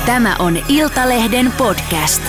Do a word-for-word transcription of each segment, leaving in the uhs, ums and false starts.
Tämä on Iltalehden podcast.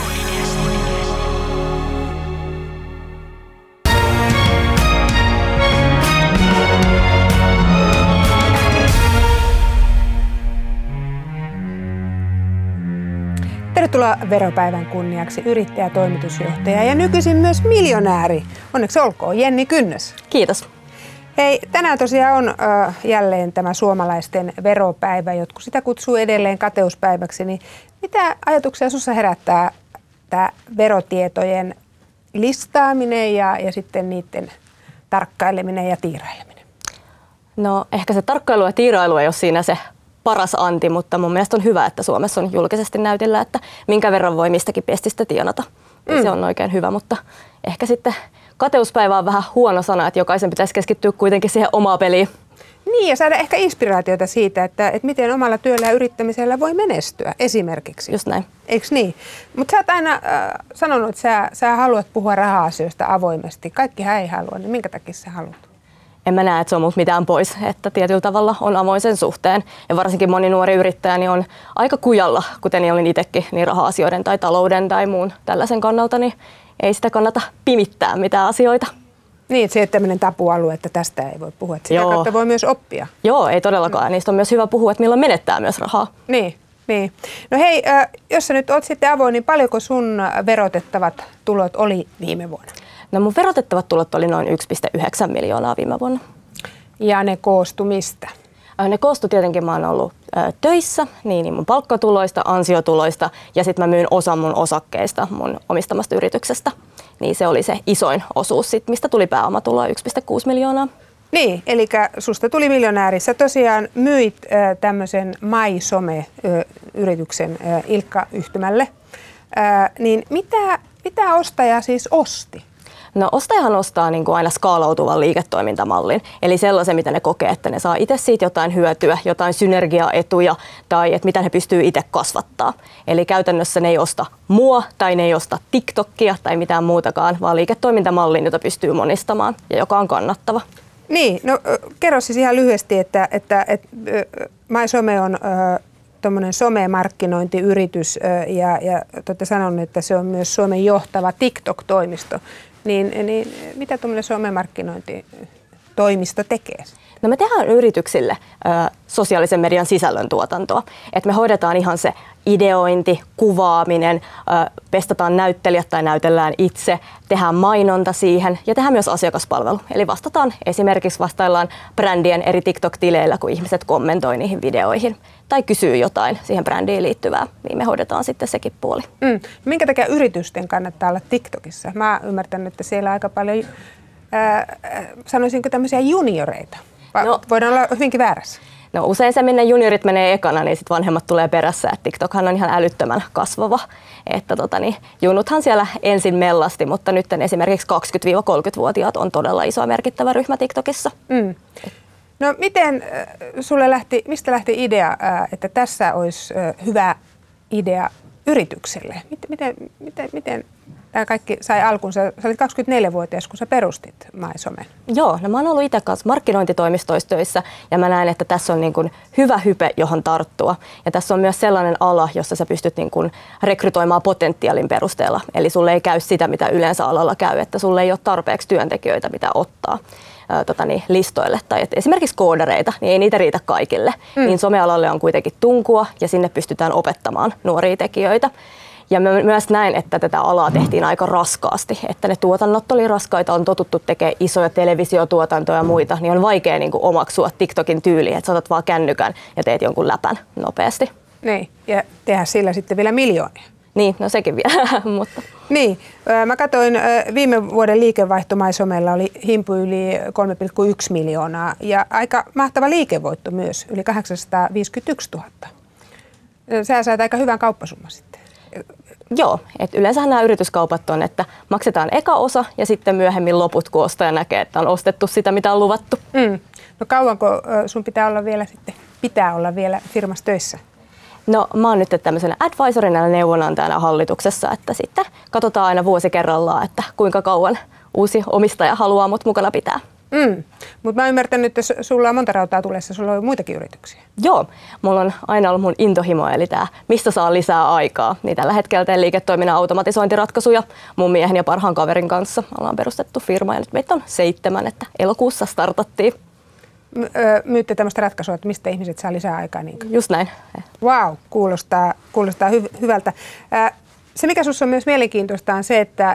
Tervetuloa veropäivän kunniaksi yrittäjä, toimitusjohtaja ja nykyisin myös miljonääri. Onneksi olkoon Jenni Kynnös. Kiitos. Hei, tänään tosiaan on äh, jälleen tämä suomalaisten veropäivä, jotkut sitä kutsuu edelleen kateuspäiväksi. Niin mitä ajatuksia sinussa herättää tämä verotietojen listaaminen ja, ja sitten niiden tarkkaileminen ja tiiraileminen? No ehkä se tarkkailu ja tiirailu ei ole siinä se paras anti, mutta mun mielestä on hyvä, että Suomessa on julkisesti näytillä, että minkä verran voi mistäkin pestistä tienata. Mm. Se on oikein hyvä, mutta ehkä sitten kateuspäivä on vähän huono sana, että jokaisen pitäisi keskittyä kuitenkin siihen omaan peliin. Niin, ja saada ehkä inspiraatiota siitä, että, että miten omalla työllä ja yrittämisellä voi menestyä esimerkiksi. Just näin. Eikö niin? Mutta sä oot aina äh, sanonut, että sä, sä haluat puhua raha-asioista avoimesti. Kaikkihan ei halua, niin minkä takia sä haluat? En mä näe, että se on multa mitään pois, että tietyllä tavalla on avoin sen suhteen. Ja varsinkin moni nuori yrittäjä niin on aika kujalla, kuten olin itsekin, niin raha-asioiden tai talouden tai muun tällaisen kannalta, niin ei sitä kannata pimittää mitään asioita. Niin, että se ei ole tämmöinen tapualue, että tästä ei voi puhua, että sitä Joo. kautta voi myös oppia. Joo, ei todellakaan. Mm. Niistä on myös hyvä puhua, että milloin menettää myös rahaa. Niin, niin. No hei, jos sä nyt oot sitten avoin, niin paljonko sun verotettavat tulot oli viime vuonna? No mun verotettavat tulot oli noin yksi pilkku yhdeksän miljoonaa viime vuonna. Ja ne koostu mistä? Ne koostu tietenkin, mä oon ollut ö, töissä, niin, niin mun palkkatuloista, ansiotuloista ja sitten mä myyn osan mun osakkeista mun omistamasta yrityksestä. Niin se oli se isoin osuus, sit, mistä tuli pääomatuloa yksi pilkku kuusi miljoonaa. Niin, eli susta tuli miljonääri. Sä tosiaan myit äh, tämmöisen MySome-yrityksen äh, Ilkka-yhtymälle. Äh, niin mitä, mitä ostaja siis osti? No ostajahan ostaa niin kuin aina skaalautuvan liiketoimintamallin, eli sellaisen, mitä ne kokee, että ne saa itse siitä jotain hyötyä, jotain synergiaetuja tai että mitä ne pystyy itse kasvattaa. Eli käytännössä ne ei osta mua tai ne ei osta TikTokia tai mitään muutakaan, vaan liiketoimintamallin, jota pystyy monistamaan ja joka on kannattava. Niin, no kerro siis ihan lyhyesti, että, että, että MySome on tuommoinen somemarkkinointiyritys ja, ja olette sanonut, että se on myös Suomen johtava TikTok-toimisto. Niin, niin mitä tuommoinen somemarkkinointitoimisto tekee? No me tehdään yrityksille ö, sosiaalisen median sisällön tuotantoa. Et me hoidetaan ihan se ideointi, kuvaaminen, ö, pestataan näyttelijät tai näytellään itse, tehdään mainonta siihen ja tehdään myös asiakaspalvelu. Eli vastataan esimerkiksi vastaillaan brändien eri TikTok-tileillä, kun ihmiset kommentoi niihin videoihin tai kysyy jotain siihen brändiin liittyvää, niin me hoidetaan sitten sekin puoli. Mm. Minkä takia yritysten kannattaa olla TikTokissa? Mä ymmärtän, että siellä on aika paljon, ää, sanoisinko tämmöisiä junioreita. No, voidaan olla hyvinkin väärässä. No usein se, minne juniorit menee ekana, niin sitten vanhemmat tulee perässä. Et TikTokhan on ihan älyttömän kasvava. Että tota, niin, junuthan siellä ensin mellasti, mutta nyt esimerkiksi kaksikymmentä-kolmekymmentävuotiaat on todella iso ja merkittävä ryhmä TikTokissa. Mm. No miten sulle lähti, mistä lähti idea, että tässä olisi hyvä idea yritykselle? Miten, miten, miten tämä kaikki sai alkunsa? Sä olit kaksikymmentäneljävuotias, kun sä perustit MySomen. Joo, no mä oon ollut itse kanssa markkinointitoimistoissa töissä ja mä näen, että tässä on niin kuin hyvä hype, johon tarttua. Ja tässä on myös sellainen ala, jossa sä pystyt niin kuin rekrytoimaan potentiaalin perusteella. Eli sulle ei käy sitä, mitä yleensä alalla käy, että sulle ei ole tarpeeksi työntekijöitä, mitä ottaa. Tota niin, listoille tai että esimerkiksi koodareita, niin ei niitä riitä kaikille. Mm. Niin somealalle on kuitenkin tunkua ja sinne pystytään opettamaan nuoria tekijöitä. Ja mä myös näin, että tätä alaa tehtiin aika raskaasti, että ne tuotannot oli raskaita, on totuttu tekemään isoja televisiotuotantoja ja muita, niin on vaikea niin kuin omaksua TikTokin tyyliin, että sä otat vaan kännykän ja teet jonkun läpän nopeasti. Niin, ja tehdä sillä sitten vielä miljoonia. Niin, no sekin vielä, mutta... Niin, mä katsoin viime vuoden liikevaihto MySomella oli himpu yli kolme pilkku yksi miljoonaa ja aika mahtava liikevoitto myös, yli kahdeksansataaviisikymmentäyksituhatta. Sä saat aika hyvän kauppasumman sitten. Joo, että yleensähän nämä yrityskaupat on, että maksetaan eka osa ja sitten myöhemmin loput, kun ostaja näkee, että on ostettu sitä, mitä on luvattu. Mm. No kauanko sun pitää olla vielä sitten, pitää olla vielä firmassa töissä? No mä oon nyt tämmöisenä advisorina ja neuvonantajana hallituksessa, että sitten katsotaan aina vuosi kerrallaan, että kuinka kauan uusi omistaja haluaa mut mukana pitää. Mm. Mutta mä oon ymmärtänyt, että sulla on monta rautaa tulessa, sulla on muitakin yrityksiä. Joo, mulla on aina ollut mun intohimo, eli tämä, mistä saa lisää aikaa. Niin tällä hetkellä teen liiketoiminnan automatisointiratkaisuja mun miehen ja parhaan kaverin kanssa. Ollaan perustettu firma ja nyt meitä on seitsemän, että elokuussa startattiin. Myytte tämmöistä ratkaisua, että mistä ihmiset saa lisää aikaa? Niin Just näin. Wow, kuulostaa, kuulostaa hy- hyvältä. Se, mikä sinussa on myös mielenkiintoista, on se, että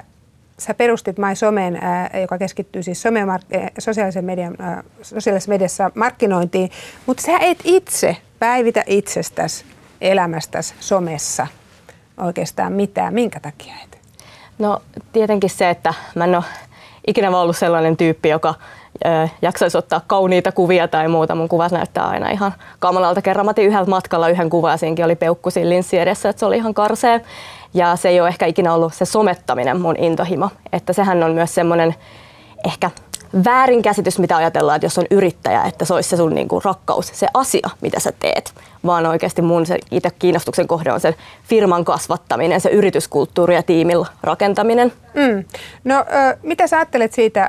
sä perustit MySomen, joka keskittyy siis somemark- sosiaalisen median, sosiaalisessa mediassa markkinointiin, mutta sä et itse päivitä itsestäsi, elämästäsi somessa oikeastaan mitään. Minkä takia et? No tietenkin se, että mä en ole ikinä vaan ollut sellainen tyyppi, joka ö, jaksaisi ottaa kauniita kuvia tai muuta. Mun kuvat näyttää aina ihan kamalalta. Kerran mä otin yhdellä matkalla yhden kuvan ja siinäkin oli peukku siinä linssi edessä, että se oli ihan karsea. Ja se ei ole ehkä ikinä ollut se somettaminen mun intohimo. Että sehän on myös semmoinen ehkä väärinkäsitys, mitä ajatellaan, että jos on yrittäjä, että se olisi se sun niinku rakkaus, se asia, mitä sä teet. Vaan oikeasti mun se itse kiinnostuksen kohde on sen firman kasvattaminen, se yrityskulttuuri ja tiimin rakentaminen. Mm. No mitä sä ajattelet siitä?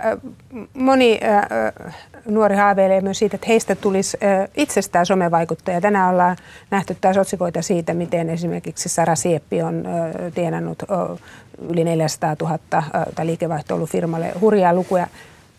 Moni äh, nuori haaveilee myös siitä, että heistä tulisi äh, itsestään somevaikuttaja. Tänään ollaan nähty taas otsikoita siitä, miten esimerkiksi Sara Sieppi on äh, tienannut äh, yli neljäsataatuhatta äh, tai liikevaihto ollut firmalle hurjaa lukuja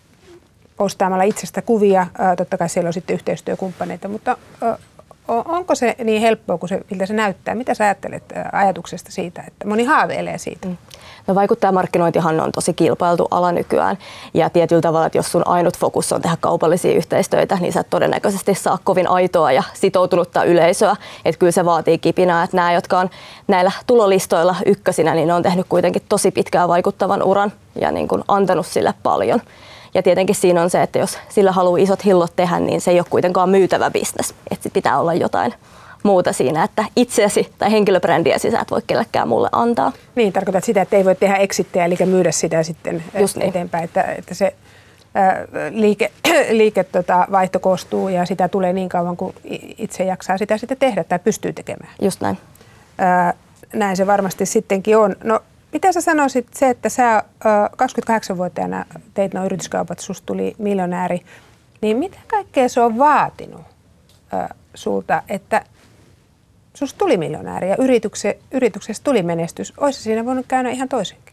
postaamalla itsestä kuvia. Äh, totta kai siellä on sitten yhteistyökumppaneita, mutta äh, onko se niin helppoa kuin se, miltä se näyttää? Mitä sä ajattelet ajatuksesta siitä, että moni haaveilee siitä? No vaikuttajamarkkinointihan on tosi kilpailtu ala nykyään ja tietyllä tavalla, että jos sun ainut fokus on tehdä kaupallisia yhteistyötä, niin sä et todennäköisesti saa kovin aitoa ja sitoutunutta yleisöä. Että kyllä se vaatii kipinää, että nämä, jotka on näillä tulolistoilla ykkösinä, niin ne on tehnyt kuitenkin tosi pitkään vaikuttavan uran ja niin kuin antanut sille paljon. Ja tietenkin siinä on se, että jos sillä haluaa isot hillot tehdä, niin se ei ole kuitenkaan myytävä bisnes. Että pitää olla jotain muuta siinä, että itseäsi tai henkilöbrändiäsi sä et voi kellekään mulle antaa. Niin, tarkoitat sitä, että ei voi tehdä exittiä, eli myydä sitä sitten Just eteenpäin, niin. että, että se ää, liike, liike tota, vaihto koostuu ja sitä tulee niin kauan, kun itse jaksaa sitä sitten tehdä tai pystyy tekemään. Just näin. Ää, näin se varmasti sittenkin on. No, mitä sä sanoisit se, että sä kaksikymmentäkahdeksanvuotiaana teit nuo yrityskaupat, susta tuli miljonääri, niin mitä kaikkea se on vaatinut ö, sulta, että susta tuli miljonääri ja yritykse, yrityksestä tuli menestys? Olisi siinä voinut käydä ihan toisinkin?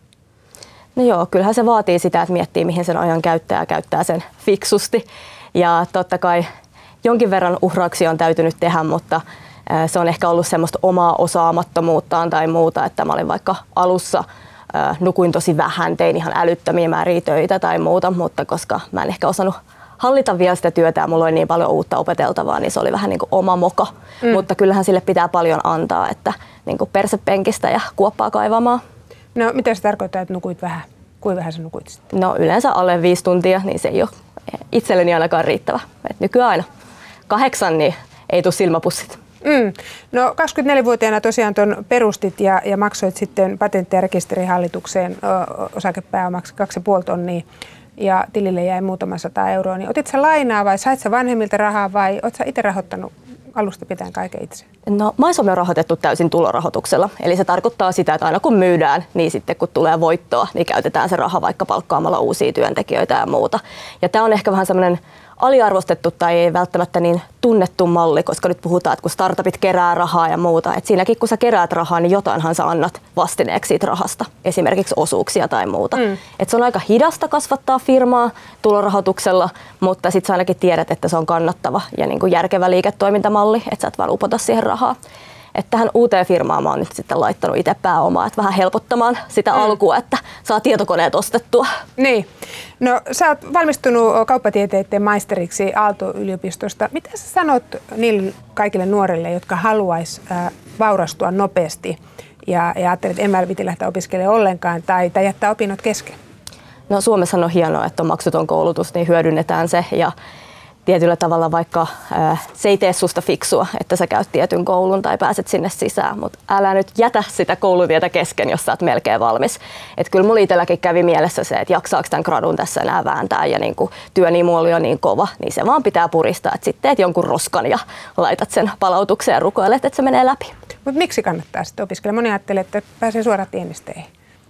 No joo, kyllähän se vaatii sitä, että miettii mihin sen ajan käyttää ja käyttää sen fiksusti. Ja totta kai jonkin verran uhrauksia on täytynyt tehdä, mutta se on ehkä ollut semmoista omaa osaamattomuuttaan tai muuta, että mä olin vaikka alussa nukuin tosi vähän, tein ihan älyttömiä määriä töitä tai muuta, mutta koska mä en ehkä osannut hallita vielä sitä työtä ja mulla oli niin paljon uutta opeteltavaa, niin se oli vähän niin kuin oma moka. Mm. Mutta kyllähän sille pitää paljon antaa, että niin kuin persepenkistä ja kuoppaa kaivamaan. No mitä se tarkoittaa, että nukuit vähän? Kuinka vähän sä nukuit sitten? No yleensä alle viisi tuntia, niin se ei ole itselleni ainakaan riittävä. Et nykyään aina kahdeksan, niin ei tule silmäpussit. Mm. No kaksikymmentäneljävuotiaana tosiaan ton perustit ja, ja maksoit sitten patentti- ja rekisterihallitukseen osakepääomaksi kaksi ja puoli tonnia ja tilille jäi muutama sata euroa. Niin otit sä lainaa vai sait sä vanhemmilta rahaa vai oot sä itse rahoittanut alusta pitäen kaiken itse? No MySome on rahoitettu täysin tulorahoituksella. Eli se tarkoittaa sitä, että aina kun myydään, niin sitten kun tulee voittoa, niin käytetään se raha vaikka palkkaamalla uusia työntekijöitä ja muuta. Ja tämä on ehkä vähän semmoinen aliarvostettu tai ei välttämättä niin tunnettu malli, koska nyt puhutaan, että kun startupit kerää rahaa ja muuta, että siinäkin kun sä keräät rahaa, niin jotainhan sä annat vastineeksi siitä rahasta, esimerkiksi osuuksia tai muuta. Mm. Et se on aika hidasta kasvattaa firmaa tulorahoituksella, mutta sitten sä ainakin tiedät, että se on kannattava ja niin kuin järkevä liiketoimintamalli, että sä et vaan upota siihen rahaa. Että tähän uuteen firmaan mä oon nyt sitten laittanut itse pääomaa, että vähän helpottamaan sitä mm. alkua, että saa tietokoneet ostettua. Niin. No sä oot valmistunut kauppatieteiden maisteriksi Aalto-yliopistosta. Mitä sä sanot niille kaikille nuorille, jotka haluais äh, vaurastua nopeasti ja, ja ajattelet, että en mä piti lähteä opiskelemaan ollenkaan tai, tai jättää opinnot kesken? No Suomessa on hienoa, että on maksuton koulutus, niin hyödynnetään se ja tietyllä tavalla vaikka ää, se ei tee susta fiksua, että sä käyt tietyn koulun tai pääset sinne sisään, mutta älä nyt jätä sitä koulutietä kesken, jos sä oot melkein valmis. Et kyllä mulla itselläkin kävi mielessä se, että jaksaako tämän gradun tässä enää vääntää ja niinku työnimu oli jo niin kova, niin se vaan pitää puristaa, että sitten teet jonkun roskan ja laitat sen palautukseen ja rukoilet, että se menee läpi. Mutta miksi kannattaa sitten opiskella? Moni ajattelee, että pääsee suoraan tienesteihin.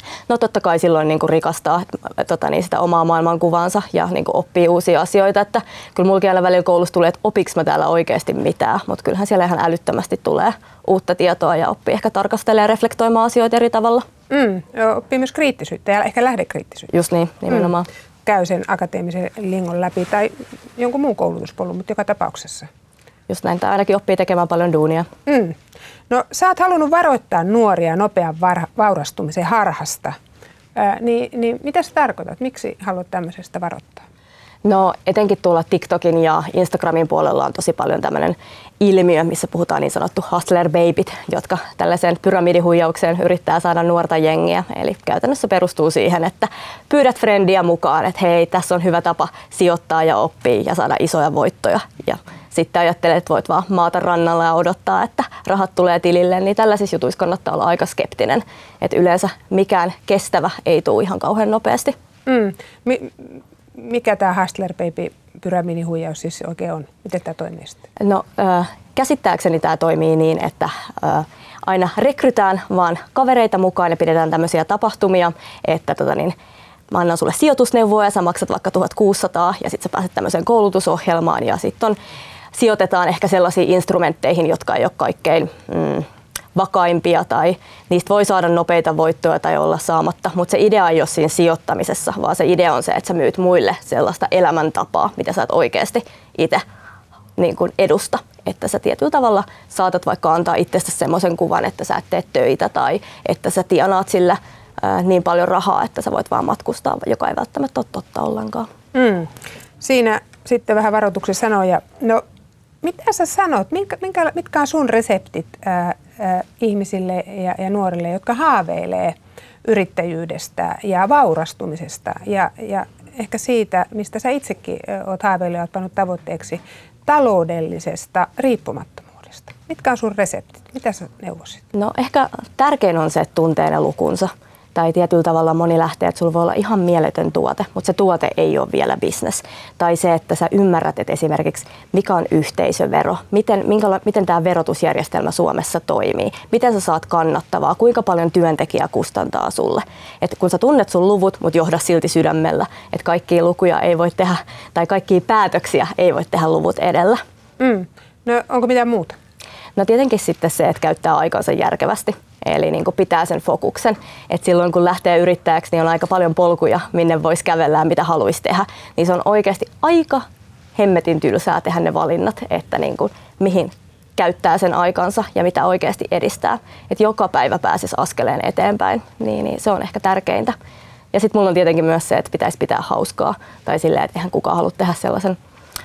No totta kai silloin niin kuin rikastaa tota, niin sitä omaa maailmankuvaansa ja niin kuin oppii uusia asioita. Että kyllä mullakin aina välillä koulussa tulee, että opiks mä täällä oikeasti mitään, mutta kyllähän siellä ihan älyttömästi tulee uutta tietoa ja oppii ehkä tarkastelemaan ja reflektoimaan asioita eri tavalla. Mm, oppii myös kriittisyyttä ja ehkä lähdekriittisyyttä. Just niin, nimenomaan. Mm. Käy sen akateemisen lingon läpi tai jonkun muun koulutuspolun, mutta joka tapauksessa. Just näin, tai ainakin oppii tekemään paljon duunia. Mm. No sä oot halunnut varoittaa nuoria nopean var- vaurastumisen harhasta. Ää, niin, niin mitä sä tarkoitat? Miksi haluat tämmöisestä varoittaa? No etenkin tuolla TikTokin ja Instagramin puolella on tosi paljon tämmöinen ilmiö, missä puhutaan niin sanottu hustler babyt, jotka tällaiseen pyramidihuijaukseen yrittää saada nuorta jengiä. Eli käytännössä perustuu siihen, että pyydät frendiä mukaan, että hei, tässä on hyvä tapa sijoittaa ja oppia ja saada isoja voittoja. Ja sitten ajattelet, että voit vaan maata rannalla ja odottaa, että rahat tulee tilille, niin tällaisissa jutuissa kannattaa olla aika skeptinen. Että yleensä mikään kestävä ei tule ihan kauhean nopeasti. Mm. Mi- mikä tämä hustler baby pyramidihuijaus siis oikein on? Miten tämä toimii sitten? No äh, käsittääkseni tämä toimii niin, että äh, aina rekrytään vaan kavereita mukaan ja pidetään tämmöisiä tapahtumia, että tota niin, mä annan sulle sijoitusneuvoja, sä maksat vaikka tuhatkuusisataa ja sitten sä pääset tämmöiseen koulutusohjelmaan ja sitten sijoitetaan ehkä sellaisiin instrumentteihin, jotka ei ole kaikkein mm, vakaimpia tai niistä voi saada nopeita voittoja tai olla saamatta, mutta se idea ei ole siinä sijoittamisessa, vaan se idea on se, että sä myyt muille sellaista elämäntapaa, mitä sä et oikeasti itse niin kuin edusta. Että sä tietyllä tavalla saatat vaikka antaa itsestäsi semmoisen kuvan, että sä et tee töitä tai että sä tienaat sillä ää, niin paljon rahaa, että sä voit vaan matkustaa, joka ei välttämättä ole totta ollenkaan. Mm. Siinä sitten vähän varoituksen sanoja. No, mitä sä sanot? Minkä, minkä, mitkä on sun reseptit ää, ää, ihmisille ja, ja nuorille, jotka haaveilee yrittäjyydestä ja vaurastumisesta ja, ja ehkä siitä, mistä sä itsekin oot haaveillut ja oot pannut tavoitteeksi, taloudellisesta riippumattomuudesta? Mitkä on sun reseptit? Mitä sä neuvosit? No ehkä tärkein on se, että tuntee ne lukunsa. Tai tietyllä tavalla moni lähtee, että sulla voi olla ihan mieletön tuote, mutta se tuote ei ole vielä business. Tai se, että sä ymmärrät, että esimerkiksi mikä on yhteisövero, miten, minkäla- miten tämä verotusjärjestelmä Suomessa toimii, miten sä saat kannattavaa, kuinka paljon työntekijä kustantaa sulle. Että kun sä tunnet sun luvut, mutta johda silti sydämellä, että kaikkia lukuja ei voi tehdä, tai kaikkia päätöksiä ei voi tehdä luvut edellä. Mm. No onko mitään muuta? No tietenkin sitten se, että käyttää aikansa järkevästi. Eli niin kuin pitää sen fokuksen. Et silloin kun lähtee yrittäjäksi, niin on aika paljon polkuja, minne voisi kävellä ja mitä haluaisi tehdä. Niin se on oikeasti aika hemmetin tylsää tehdä ne valinnat, että niin kuin, mihin käyttää sen aikansa ja mitä oikeasti edistää. Että joka päivä pääsisi askeleen eteenpäin, niin, niin se on ehkä tärkeintä. Ja sitten mulla on tietenkin myös se, että pitäisi pitää hauskaa. Tai silleen, että eihän kukaan halua tehdä sellaisen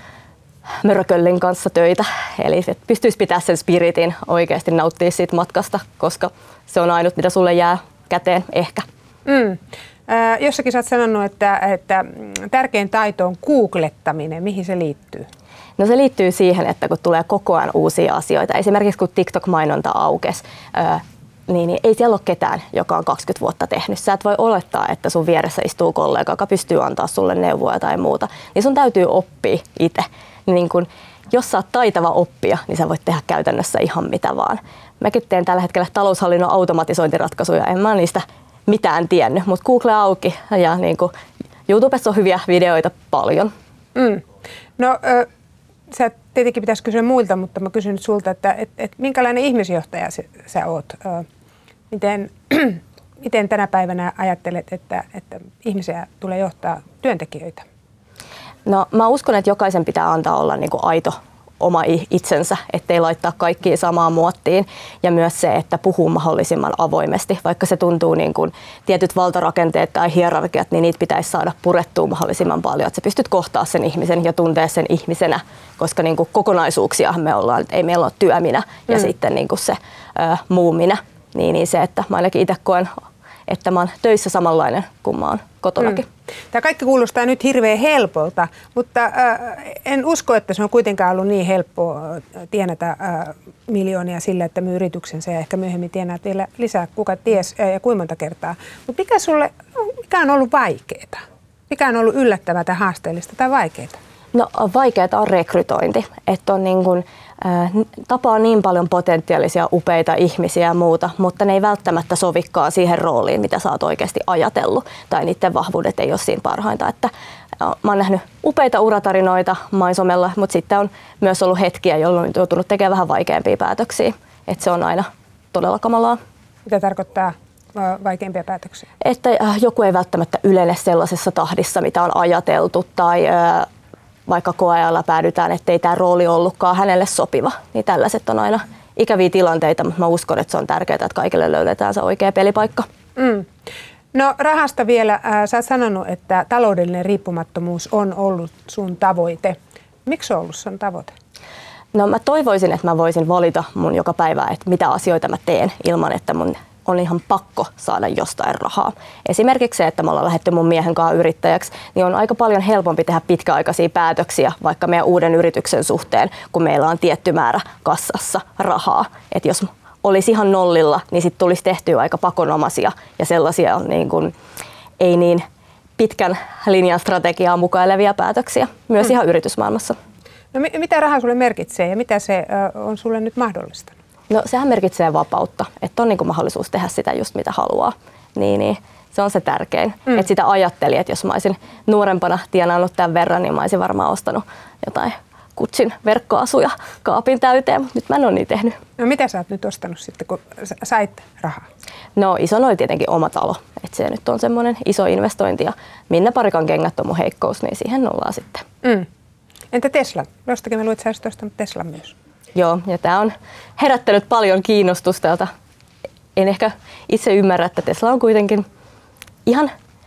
mörköllin kanssa töitä. Eli että pystyisi pitämään sen spiritin, oikeasti nauttia siitä matkasta, koska se on ainut, mitä sulle jää käteen ehkä. Mm. Äh, jossakin sä oot sanonut, että, että tärkein taito on googlettaminen. Mihin se liittyy? No se liittyy siihen, että kun tulee koko ajan uusia asioita, esimerkiksi kun TikTok-mainonta aukesi, äh, niin, niin ei siellä ole ketään, joka on kaksikymmentä vuotta tehnyt. Sä et voi olettaa, että sun vieressä istuu kollega, joka pystyy antaa sulle neuvoja tai muuta. Niin sun täytyy oppia itse. Niin kun, jos sä oot taitava oppia, niin sä voit tehdä käytännössä ihan mitä vaan. Mäkin teen tällä hetkellä taloushallinnon automatisointiratkaisuja. En mä niistä mitään tiennyt, mutta Google auki ja niin kun, YouTubessa on hyviä videoita paljon. Mm. No ö, sä tietenkin pitäisi kysyä muilta, mutta mä kysyn nyt sulta, että et, et minkälainen ihmisjohtaja sä, sä oot? Ö, miten, miten tänä päivänä ajattelet, että, että ihmisiä tulee johtaa työntekijöitä? No mä uskon, että jokaisen pitää antaa olla niin kuin aito oma itsensä, ettei laittaa kaikkia samaan muottiin. Ja myös se, että puhuu mahdollisimman avoimesti, vaikka se tuntuu niin kuin tietyt valtarakenteet tai hierarkiat, niin niitä pitäisi saada purettua mahdollisimman paljon. Että sä pystyt kohtaa sen ihmisen ja tuntee sen ihmisenä, koska niin kuin kokonaisuuksia me ollaan, että ei meillä ole työminä ja mm. sitten niin kuin se ö, muu minä. Niin, niin se, että mä ainakin itse koen, että mä oon töissä samanlainen kuin mä oon kotonakin. Mm. Tämä kaikki kuulostaa nyt hirveän helpolta, mutta äh, en usko, että se on kuitenkaan ollut niin helppoa tienata äh, miljoonia sillä, että myy yrityksensä ja ehkä myöhemmin tienaa vielä lisää, kuka ties äh, ja kuinka monta kertaa. Mutta mikä, sulle, mikä on ollut vaikeaa? Mikä on ollut yllättävää tai haasteellista tai vaikeaa? No vaikeaa on rekrytointi. Että on niin kun, tapaa niin paljon potentiaalisia upeita ihmisiä ja muuta, mutta ne ei välttämättä sovikaan siihen rooliin, mitä sä oot oikeasti ajatellut, tai niiden vahvuudet ei ole siinä parhainta. Että mä oon nähnyt upeita uratarinoita maisomella, mutta sitten on myös ollut hetkiä, jolloin on joutunut tekemään vähän vaikeampia päätöksiä. Että se on aina todella kamalaa. Mitä tarkoittaa vaikeampia päätöksiä? Että joku ei välttämättä ylene sellaisessa tahdissa, mitä on ajateltu, tai vaikka koeajalla päädytään, ettei tämä rooli ollutkaan hänelle sopiva, niin tällaiset on aina ikäviä tilanteita, mutta mä uskon, että se on tärkeää, että kaikille löydetään se oikea pelipaikka. Mm. No rahasta vielä. Sä oot sanonut, että taloudellinen riippumattomuus on ollut sun tavoite. Miksi se on ollut sun tavoite? No mä toivoisin, että mä voisin valita mun joka päivä, että mitä asioita mä teen ilman, että mun on ihan pakko saada jostain rahaa. Esimerkiksi se, että me ollaan lähdetty mun miehen kanssa yrittäjäksi, niin on aika paljon helpompi tehdä pitkäaikaisia päätöksiä vaikka meidän uuden yrityksen suhteen, kun meillä on tietty määrä kassassa rahaa. Et jos olisi ihan nollilla, niin sitten tulisi tehtyä aika pakonomaisia ja sellaisia niin kuin, ei niin pitkän linjan strategiaa mukailevia päätöksiä myös hmm. ihan yritysmaailmassa. No mitä raha sulle merkitsee ja mitä se on sulle nyt mahdollista? No sehän merkitsee vapautta, että on niin kuin mahdollisuus tehdä sitä just mitä haluaa. Niin, niin se on se tärkein. Mm. Että sitä ajattelin, että jos mä olisin nuorempana tienaannut tämän verran, niin mä olisin varmaan ostanut jotain Gucciin verkkoasuja kaapin täyteen, mutta nyt mä en ole niin tehnyt. No mitä sä oot nyt ostanut sitten, kun sait rahaa? No iso oli tietenkin oma talo, että se nyt on semmoinen iso investointi ja Minna Parikan kengät on mun heikkous, niin siihen ollaan sitten. Mm. Entä Tesla? Jostakin mä luin, että sä olisit ostanut Teslan myös. Joo, ja tämä on herättänyt paljon kiinnostusta, jota en ehkä itse ymmärrä, että Tesla on kuitenkin ihan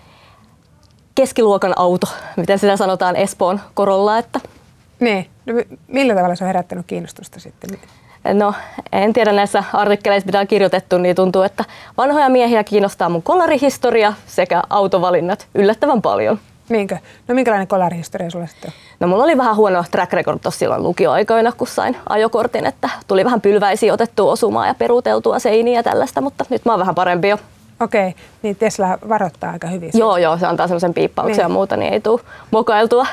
keskiluokan auto, miten sitä sanotaan Espoon korolla. Että niin. No, millä tavalla se on herättänyt kiinnostusta sitten? No, en tiedä näissä artikkeleissa, mitä on kirjoitettu, niin tuntuu, että vanhoja miehiä kiinnostaa mun kolarihistoria sekä autovalinnat yllättävän paljon. Niinkö? No minkälainen kolarihistoria sulla sitten on? No mulla oli vähän huono track record tuossa silloin lukioaikoina, kun sain ajokortin, että tuli vähän pylväisiä otettua osumaa ja peruuteltua seiniä ja tällaista, mutta nyt mä oon vähän parempi jo. Okei, okay. Niin Tesla varoittaa aika hyvin. Joo, joo, se antaa semmoisen piippauksen niin. Ja muuta, niin ei tule mokailtua.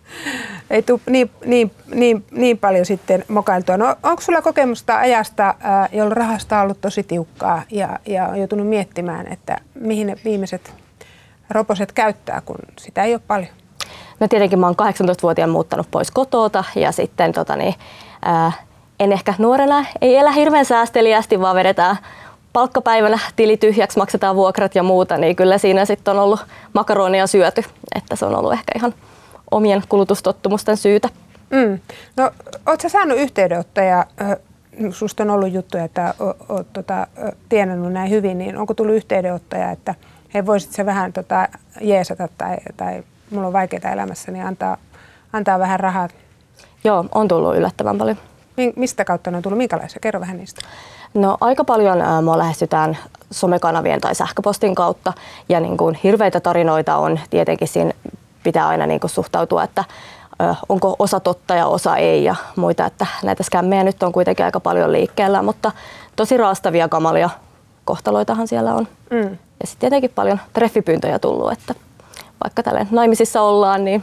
Ei tule niin, niin, niin, niin paljon sitten mokailtua. No onko sulla kokemusta ajasta, jolloin rahasta on ollut tosi tiukkaa ja, ja on joutunut miettimään, että mihin ne viimeiset roposet käyttää, kun sitä ei ole paljon? No tietenkin mä oon kahdeksantoistavuotiaana muuttanut pois kotoota ja sitten tota niin, ää, en ehkä nuorena, ei elä hirveän säästeliästi, vaan vedetään palkkapäivänä tili tyhjäksi, maksetaan vuokrat ja muuta, niin kyllä siinä sitten on ollut makaronia syöty, että se on ollut ehkä ihan omien kulutustottumusten syytä. Mm. No ootko sä saanut yhteydenottoja, susta on ollut juttuja, että oot tota, tienannut näin hyvin, niin onko tullut yhteydenottoja, että he voisit se vähän tota, jeesata tai, tai mulla on vaikeaa elämässä, niin antaa, antaa vähän rahaa? Joo, on tullut yllättävän paljon. Mistä kautta ne on tullut? Minkälaisia? Kerro vähän niistä. No aika paljon ää, mua lähestytään somekanavien tai sähköpostin kautta ja niin kuin hirveitä tarinoita on. Tietenkin siinä pitää aina niin kuin suhtautua, että ö, onko osa totta ja osa ei ja muita. Että näitä skämmejä nyt on kuitenkin aika paljon liikkeellä, mutta tosi raastavia kamalia kohtaloitahan siellä on. Mm. Ja sitten tietenkin paljon treffipyyntöjä tullut, että vaikka tällä naimisissa ollaan, niin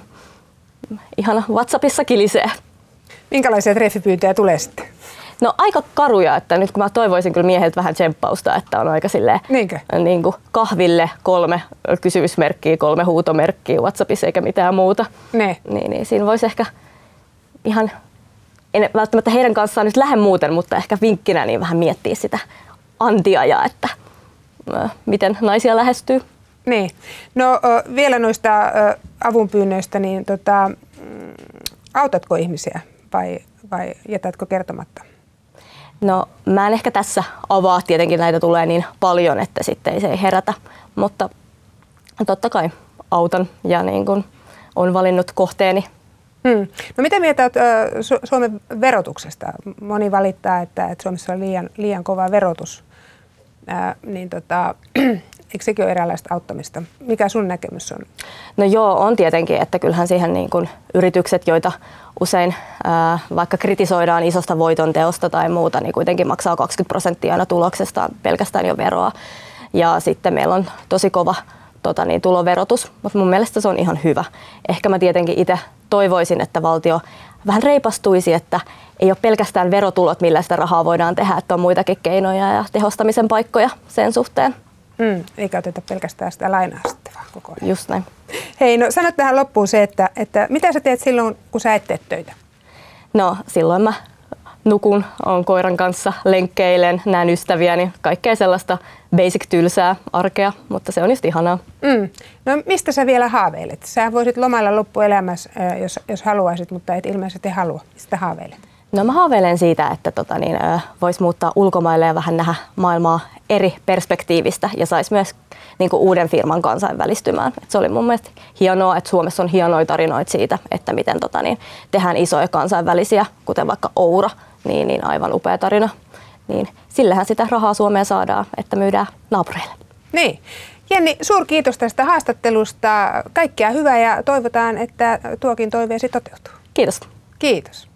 ihan WhatsAppissa kilisee. Minkälaisia treffipyyntöjä tulee sitten? No aika karuja, että nyt kun mä toivoisin kyllä mieheltä vähän tsemppausta, että on aika silleen niin kuin kahville kolme kysymysmerkkiä, kolme huutomerkkiä WhatsAppissa eikä mitään muuta. Ne. Niin, niin siinä voisi ehkä ihan, en välttämättä heidän kanssaan nyt lähde muuten, mutta ehkä vinkkinä niin vähän miettiä sitä antia ja että miten naisia lähestyy. Niin. No vielä noista avunpyynnöistä, niin tota, autatko ihmisiä vai, vai jätätkö kertomatta? No mä en ehkä tässä avaa, tietenkin näitä tulee niin paljon, että sitten se ei herätä, mutta totta kai autan ja niin kun on valinnut kohteeni. Hmm. No mitä mieltä olet Su- Suomen verotuksesta? Moni valittaa, että, että Suomessa on liian, liian kova verotus. Ää, niin tota, eikö sekin ole eräänlaista auttamista? Mikä sun näkemys on? No joo, on tietenkin, että kyllähän siihen niin kuin yritykset, joita usein ää, vaikka kritisoidaan isosta voitonteosta tai muuta, niin kuitenkin maksaa kaksikymmentä prosenttia aina tuloksestaan pelkästään jo veroa. Ja sitten meillä on tosi kova tota niin, tuloverotus, mutta mun mielestä se on ihan hyvä. Ehkä mä tietenkin itse toivoisin, että valtio vähän reipastuisi, että ei ole pelkästään verotulot, millä sitä rahaa voidaan tehdä, että on muitakin keinoja ja tehostamisen paikkoja sen suhteen. Mm, eikä oteta pelkästään sitä lainaa sitten vaan koko ajan. Just näin. Hei, no sano tähän loppuun se, että, että mitä sä teet silloin, kun sä et tee töitä? No silloin mä nukun, on koiran kanssa, lenkkeilen, näen ystäviäni, kaikkea sellaista basic-tylsää arkea, mutta se on just ihanaa. Mm. No mistä sä vielä haaveilet? Sä voisit lomailla loppuelämässä, jos, jos haluaisit, mutta et ilmeisesti halua. Mistä haaveilet? No mä haaveilen siitä, että tota, niin, voisi muuttaa ulkomaille ja vähän nähdä maailmaa eri perspektiivistä ja saisi myös niin kuin uuden firman kansainvälistymään. Et se oli mun mielestä hienoa, että Suomessa on hienoja tarinoita siitä, että miten tota, niin, tehdään isoja kansainvälisiä, kuten vaikka Oura, niin, niin aivan upea tarina. Niin, sillähän sitä rahaa Suomeen saadaan, että myydään naapureille. Niin. Jenni, suurkiitos tästä haastattelusta. Kaikkea hyvää ja toivotaan, että tuokin toiveesi toteutuu. Kiitos. Kiitos.